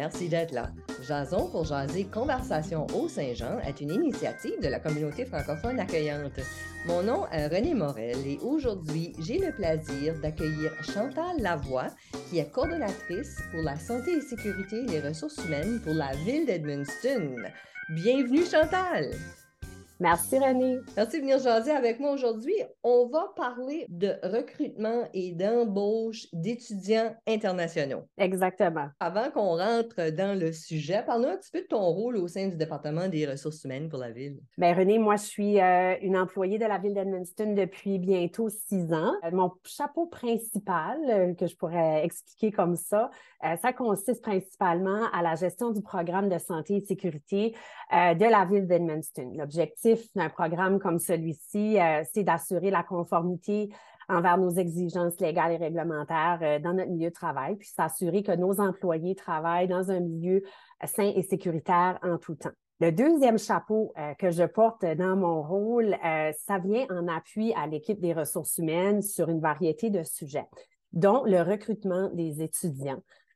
Merci d'être là. Jason pour jaser Conversation au Saint-Jean est une initiative de la communauté francophone accueillante. Mon nom est René Morel et aujourd'hui, j'ai le plaisir d'accueillir Chantal Lavoie, qui est coordonnatrice pour la santé et sécurité et les ressources humaines pour la ville d'Edmundston. Bienvenue Chantal! Merci René. Merci de venir jaser avec moi aujourd'hui. On va parler de recrutement et d'embauche d'étudiants internationaux. Exactement. Avant qu'on rentre dans le sujet, parle-nous un petit peu de ton rôle au sein du département des ressources humaines pour la ville. Bien, René, moi, je suis une employée de la ville d'Edmundston depuis bientôt 6 ans. Mon chapeau principal, que je pourrais expliquer comme ça consiste principalement à la gestion du programme de santé et sécurité de la ville d'Edmundston. L'objectif d'un programme comme celui-ci, c'est d'assurer la conformité envers nos exigences légales et réglementaires dans notre milieu de travail, puis s'assurer que nos employés travaillent dans un milieu sain et sécuritaire en tout temps. Le deuxième chapeau que je porte dans mon rôle, ça vient en appui à l'équipe des ressources humaines sur une variété de sujets, dont le recrutement des étudiants.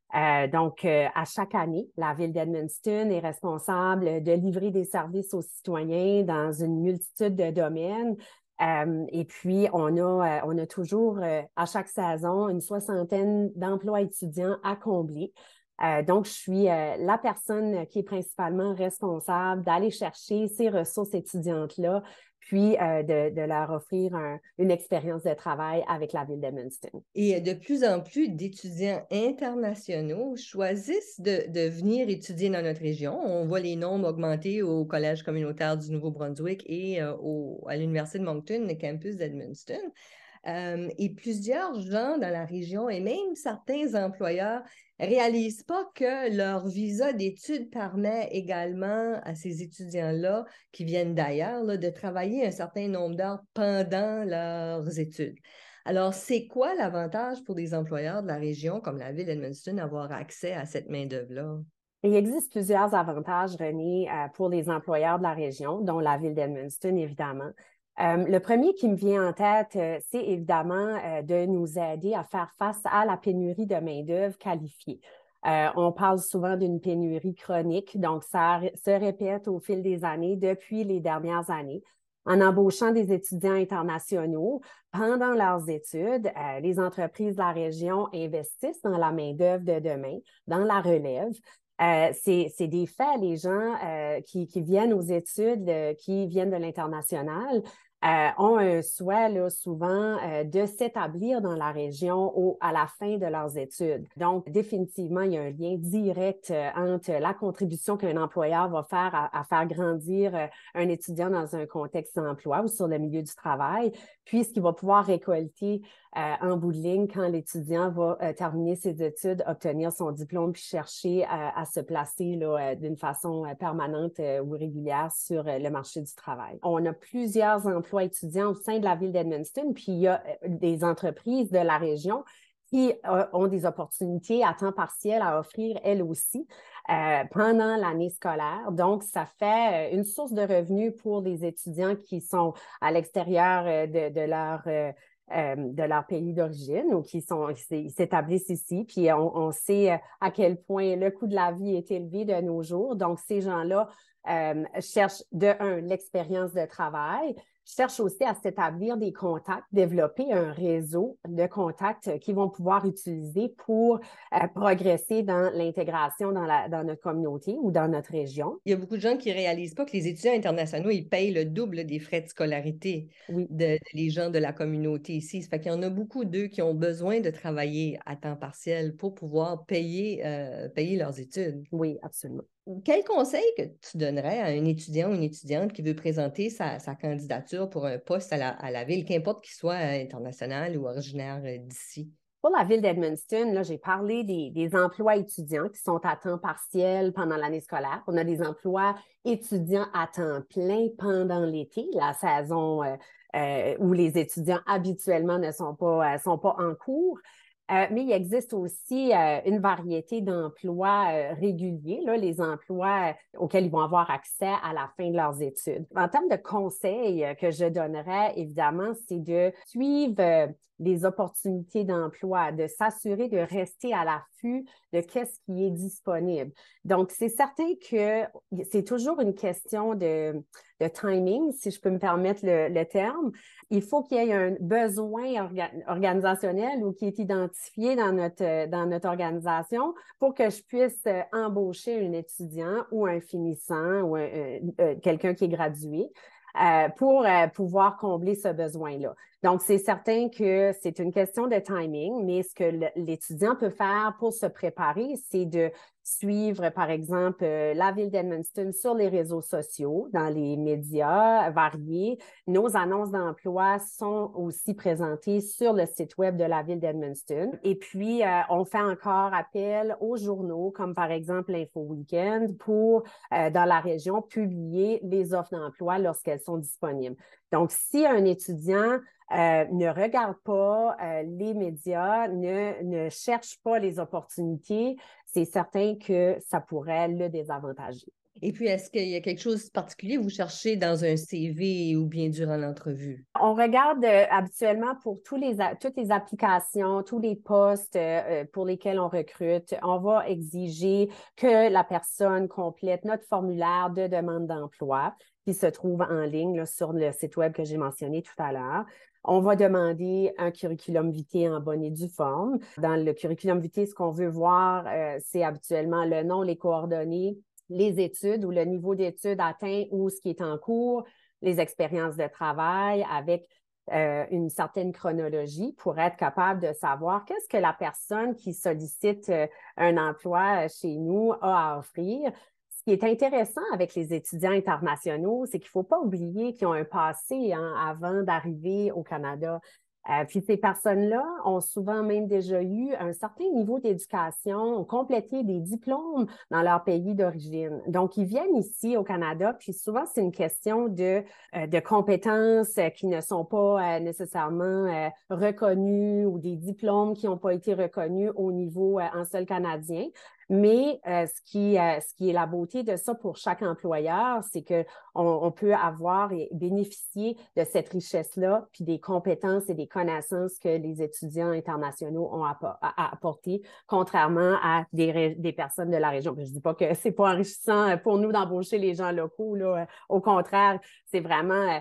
À chaque année, la ville d'Edmundston est responsable de livrer des services aux citoyens dans une multitude de domaines. Et puis, on a toujours, à chaque saison, une soixantaine d'emplois étudiants à combler. Donc, je suis la personne qui est principalement responsable d'aller chercher ces ressources étudiantes-là, puis de leur offrir une expérience de travail avec la ville d'Edmundston. Et de plus en plus d'étudiants internationaux choisissent de venir étudier dans notre région. On voit les nombres augmenter au Collège communautaire du Nouveau-Brunswick et à l'Université de Moncton, le campus d'Edmundston. Et plusieurs gens dans la région et même certains employeurs réalisent pas que leur visa d'études permet également à ces étudiants-là qui viennent d'ailleurs de travailler un certain nombre d'heures pendant leurs études. Alors, c'est quoi l'avantage pour des employeurs de la région comme la ville d'Edmundston d'avoir accès à cette main-d'œuvre-là? Il existe plusieurs avantages, René, pour les employeurs de la région, dont la ville d'Edmundston, évidemment. Le premier qui me vient en tête, c'est évidemment de nous aider à faire face à la pénurie de main-d'œuvre qualifiée. On parle souvent d'une pénurie chronique, donc ça se répète au fil des années, depuis les dernières années. En embauchant des étudiants internationaux pendant leurs études, les entreprises de la région investissent dans la main-d'œuvre de demain, dans la relève. C'est des faits, les gens qui viennent aux études, qui viennent de l'international, ont un souhait là, souvent de s'établir dans la région à la fin de leurs études. Donc, définitivement, il y a un lien direct entre la contribution qu'un employeur va faire à faire grandir un étudiant dans un contexte d'emploi ou sur le milieu du travail, puis ce qu'il va pouvoir récolter en bout de ligne quand l'étudiant va terminer ses études, obtenir son diplôme, puis chercher à se placer là, d'une façon permanente ou régulière sur le marché du travail. On a plusieurs emplois étudiants au sein de la ville d'Edmundston, puis il y a des entreprises de la région qui ont des opportunités à temps partiel à offrir, elles aussi, pendant l'année scolaire. Donc, ça fait une source de revenus pour des étudiants qui sont à l'extérieur de leur pays d'origine ou ils s'établissent ici. Puis on sait à quel point le coût de la vie est élevé de nos jours. Donc, ces gens-là cherchent l'expérience de travail, cherchent aussi à s'établir des contacts, développer un réseau de contacts qu'ils vont pouvoir utiliser pour progresser dans l'intégration dans notre communauté ou dans notre région. Il y a beaucoup de gens qui ne réalisent pas que les étudiants internationaux, ils payent le double des frais de scolarité Oui. les gens de la communauté ici. Ça fait qu'il y en a beaucoup d'eux qui ont besoin de travailler à temps partiel pour pouvoir payer leurs études. Oui, absolument. Quel conseil que tu donnerais à un étudiant ou une étudiante qui veut présenter sa candidature pour un poste à la ville, qu'importe qu'il soit international ou originaire d'ici? Pour la ville d'Edmundston, là, j'ai parlé des emplois étudiants qui sont à temps partiel pendant l'année scolaire. On a des emplois étudiants à temps plein pendant l'été, la saison où les étudiants habituellement ne sont pas en cours. Mais il existe aussi une variété d'emplois réguliers, là, les emplois auxquels ils vont avoir accès à la fin de leurs études. En termes de conseils que je donnerais, évidemment, c'est de suivre les opportunités d'emploi, de s'assurer de rester à l'affût de qu'est-ce qui est disponible. Donc, c'est certain que c'est toujours une question de timing, si je peux me permettre le terme. Il faut qu'il y ait un besoin organisationnel ou qui est identifié dans notre organisation pour que je puisse embaucher un étudiant ou un finissant ou quelqu'un qui est gradué. Pour pouvoir combler ce besoin-là. Donc, c'est certain que c'est une question de timing, mais ce que l'étudiant peut faire pour se préparer, c'est de suivre, par exemple, la ville d'Edmundston sur les réseaux sociaux, dans les médias variés. Nos annonces d'emploi sont aussi présentées sur le site web de la ville d'Edmundston. Et puis, on fait encore appel aux journaux, comme par exemple l'Info Weekend, pour, dans la région, publier les offres d'emploi lorsqu'elles sont disponibles. Donc, si un étudiant ne regarde pas les médias, ne cherche pas les opportunités, c'est certain que ça pourrait le désavantager. Et puis, est-ce qu'il y a quelque chose de particulier que vous cherchez dans un CV ou bien durant l'entrevue? On regarde habituellement pour toutes les applications, tous les postes pour lesquels on recrute, on va exiger que la personne complète notre formulaire de demande d'emploi qui se trouve en ligne là, sur le site web que j'ai mentionné tout à l'heure. On va demander un curriculum vitae en bonne et due forme. Dans le curriculum vitae, ce qu'on veut voir, c'est habituellement le nom, les coordonnées, les études ou le niveau d'études atteint ou ce qui est en cours, les expériences de travail avec une certaine chronologie pour être capable de savoir qu'est-ce que la personne qui sollicite un emploi chez nous a à offrir. Ce qui est intéressant avec les étudiants internationaux, c'est qu'il ne faut pas oublier qu'ils ont un passé avant d'arriver au Canada. Puis ces personnes-là ont souvent même déjà eu un certain niveau d'éducation, ont complété des diplômes dans leur pays d'origine. Donc, ils viennent ici au Canada, puis souvent, c'est une question de compétences qui ne sont pas nécessairement reconnues ou des diplômes qui n'ont pas été reconnus au niveau en sol canadien. Mais ce qui est la beauté de ça pour chaque employeur, c'est qu'on peut avoir et bénéficier de cette richesse-là, puis des compétences et des connaissances que les étudiants internationaux ont à apporter, contrairement à des personnes de la région. Je ne dis pas que c'est pas enrichissant pour nous d'embaucher les gens locaux, là. Au contraire, c'est vraiment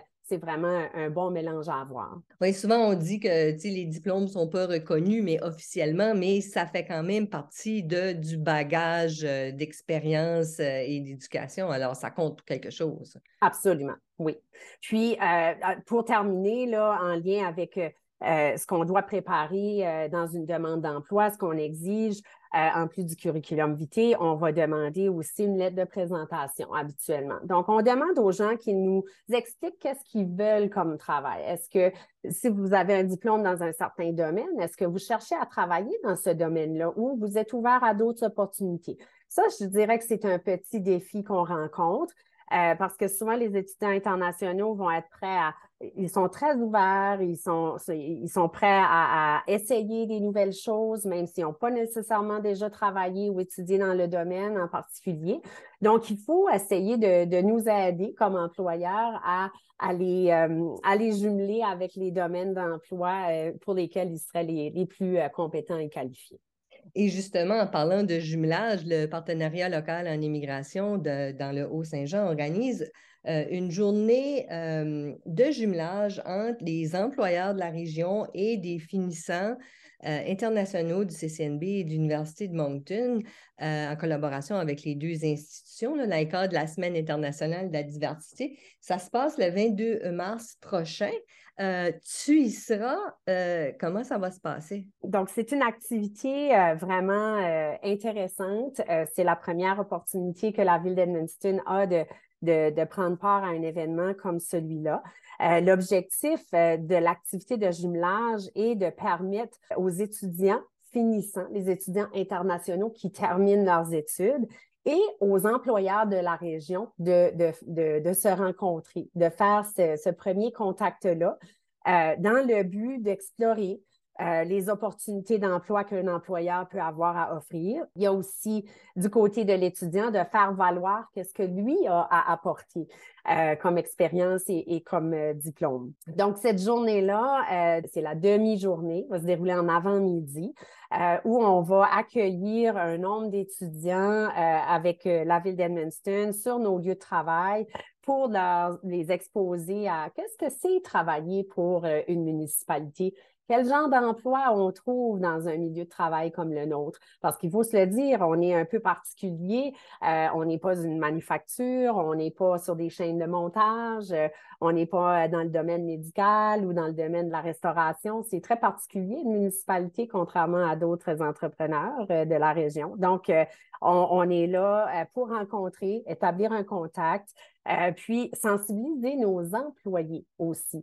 un bon mélange à avoir. Oui, souvent on dit que les diplômes ne sont pas reconnus, mais officiellement, mais ça fait quand même partie du bagage d'expérience et d'éducation. Alors, ça compte pour quelque chose. Absolument, oui. Puis, pour terminer, là, en lien avec ce qu'on doit préparer dans une demande d'emploi, ce qu'on exige, en plus du curriculum vitae, on va demander aussi une lettre de présentation habituellement. Donc, on demande aux gens qui nous expliquent qu'est-ce qu'ils veulent comme travail. Est-ce que si vous avez un diplôme dans un certain domaine, est-ce que vous cherchez à travailler dans ce domaine-là ou vous êtes ouvert à d'autres opportunités? Ça, je dirais que c'est un petit défi qu'on rencontre. Parce que souvent, les étudiants internationaux vont être ils sont très ouverts, ils sont prêts à essayer des nouvelles choses, même s'ils n'ont pas nécessairement déjà travaillé ou étudié dans le domaine en particulier. Donc, il faut essayer de nous aider comme employeurs à les jumeler avec les domaines d'emploi pour lesquels ils seraient les plus compétents et qualifiés. Et justement, en parlant de jumelage, le partenariat local en immigration dans le Haut-Saint-Jean organise une journée de jumelage entre les employeurs de la région et des finissants internationaux du CCNB et de l'Université de Moncton en collaboration avec les deux institutions là, dans le cadre de la Semaine internationale de la diversité. Ça se passe le 22 mars prochain. Tu y seras. Comment ça va se passer? Donc, c'est une activité vraiment intéressante. C'est la première opportunité que la ville d'Edmundston a de prendre part à un événement comme celui-là. L'objectif de l'activité de jumelage est de permettre aux étudiants finissants, les étudiants internationaux qui terminent leurs études, et aux employeurs de la région de se rencontrer, de faire ce premier contact-là dans le but d'explorer les opportunités d'emploi qu'un employeur peut avoir à offrir. Il y a aussi du côté de l'étudiant de faire valoir qu'est-ce que lui a à apporter comme expérience et comme diplôme. Donc, cette journée-là, c'est la demi-journée, va se dérouler en avant-midi, où on va accueillir un nombre d'étudiants avec la ville d'Edmundston sur nos lieux de travail pour les exposer à qu'est-ce que c'est travailler pour une municipalité. Quel genre d'emploi on trouve dans un milieu de travail comme le nôtre? Parce qu'il faut se le dire, on est un peu particulier. On n'est pas une manufacture, on n'est pas sur des chaînes de montage, on n'est pas dans le domaine médical ou dans le domaine de la restauration. C'est très particulier, une municipalité, contrairement à d'autres entrepreneurs de la région. Donc, on est là pour rencontrer, établir un contact, puis sensibiliser nos employés aussi.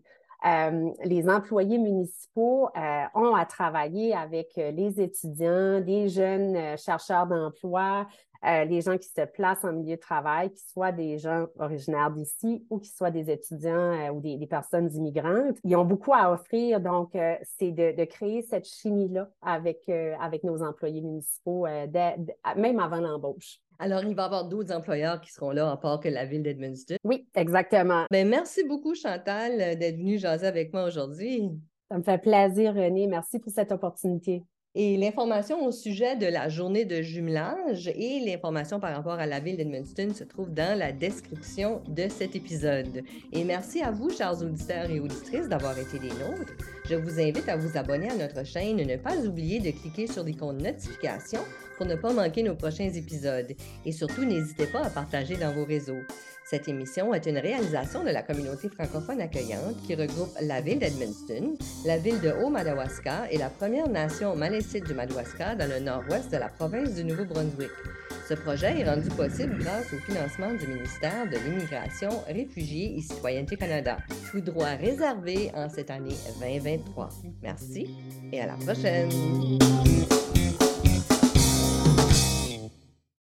Les employés municipaux ont à travailler avec les étudiants, des jeunes chercheurs d'emploi, les gens qui se placent en milieu de travail, qui soient des gens originaires d'ici ou qui soient des étudiants ou des personnes immigrantes. Ils ont beaucoup à offrir, donc c'est de créer cette chimie-là avec nos employés municipaux, même avant l'embauche. Alors, il va y avoir d'autres employeurs qui seront là, à part que la ville d'Edmundston. Oui, exactement. Bien, merci beaucoup, Chantal, d'être venue jaser avec moi aujourd'hui. Ça me fait plaisir, Renée. Merci pour cette opportunité. Et l'information au sujet de la journée de jumelage et l'information par rapport à la ville d'Edmundston se trouve dans la description de cet épisode. Et merci à vous, chers auditeurs et auditrices, d'avoir été des nôtres. Je vous invite à vous abonner à notre chaîne et ne pas oublier de cliquer sur l'icône notification pour ne pas manquer nos prochains épisodes. Et surtout, n'hésitez pas à partager dans vos réseaux. Cette émission est une réalisation de la communauté francophone accueillante qui regroupe la ville d'Edmundston, la ville de Haut-Madawaska et la Première Nation malécite du Madawaska dans le nord-ouest de la province du Nouveau-Brunswick. Ce projet est rendu possible grâce au financement du ministère de l'Immigration, Réfugiés et Citoyenneté Canada, tout droit réservé en cette année 2023. Merci et à la prochaine!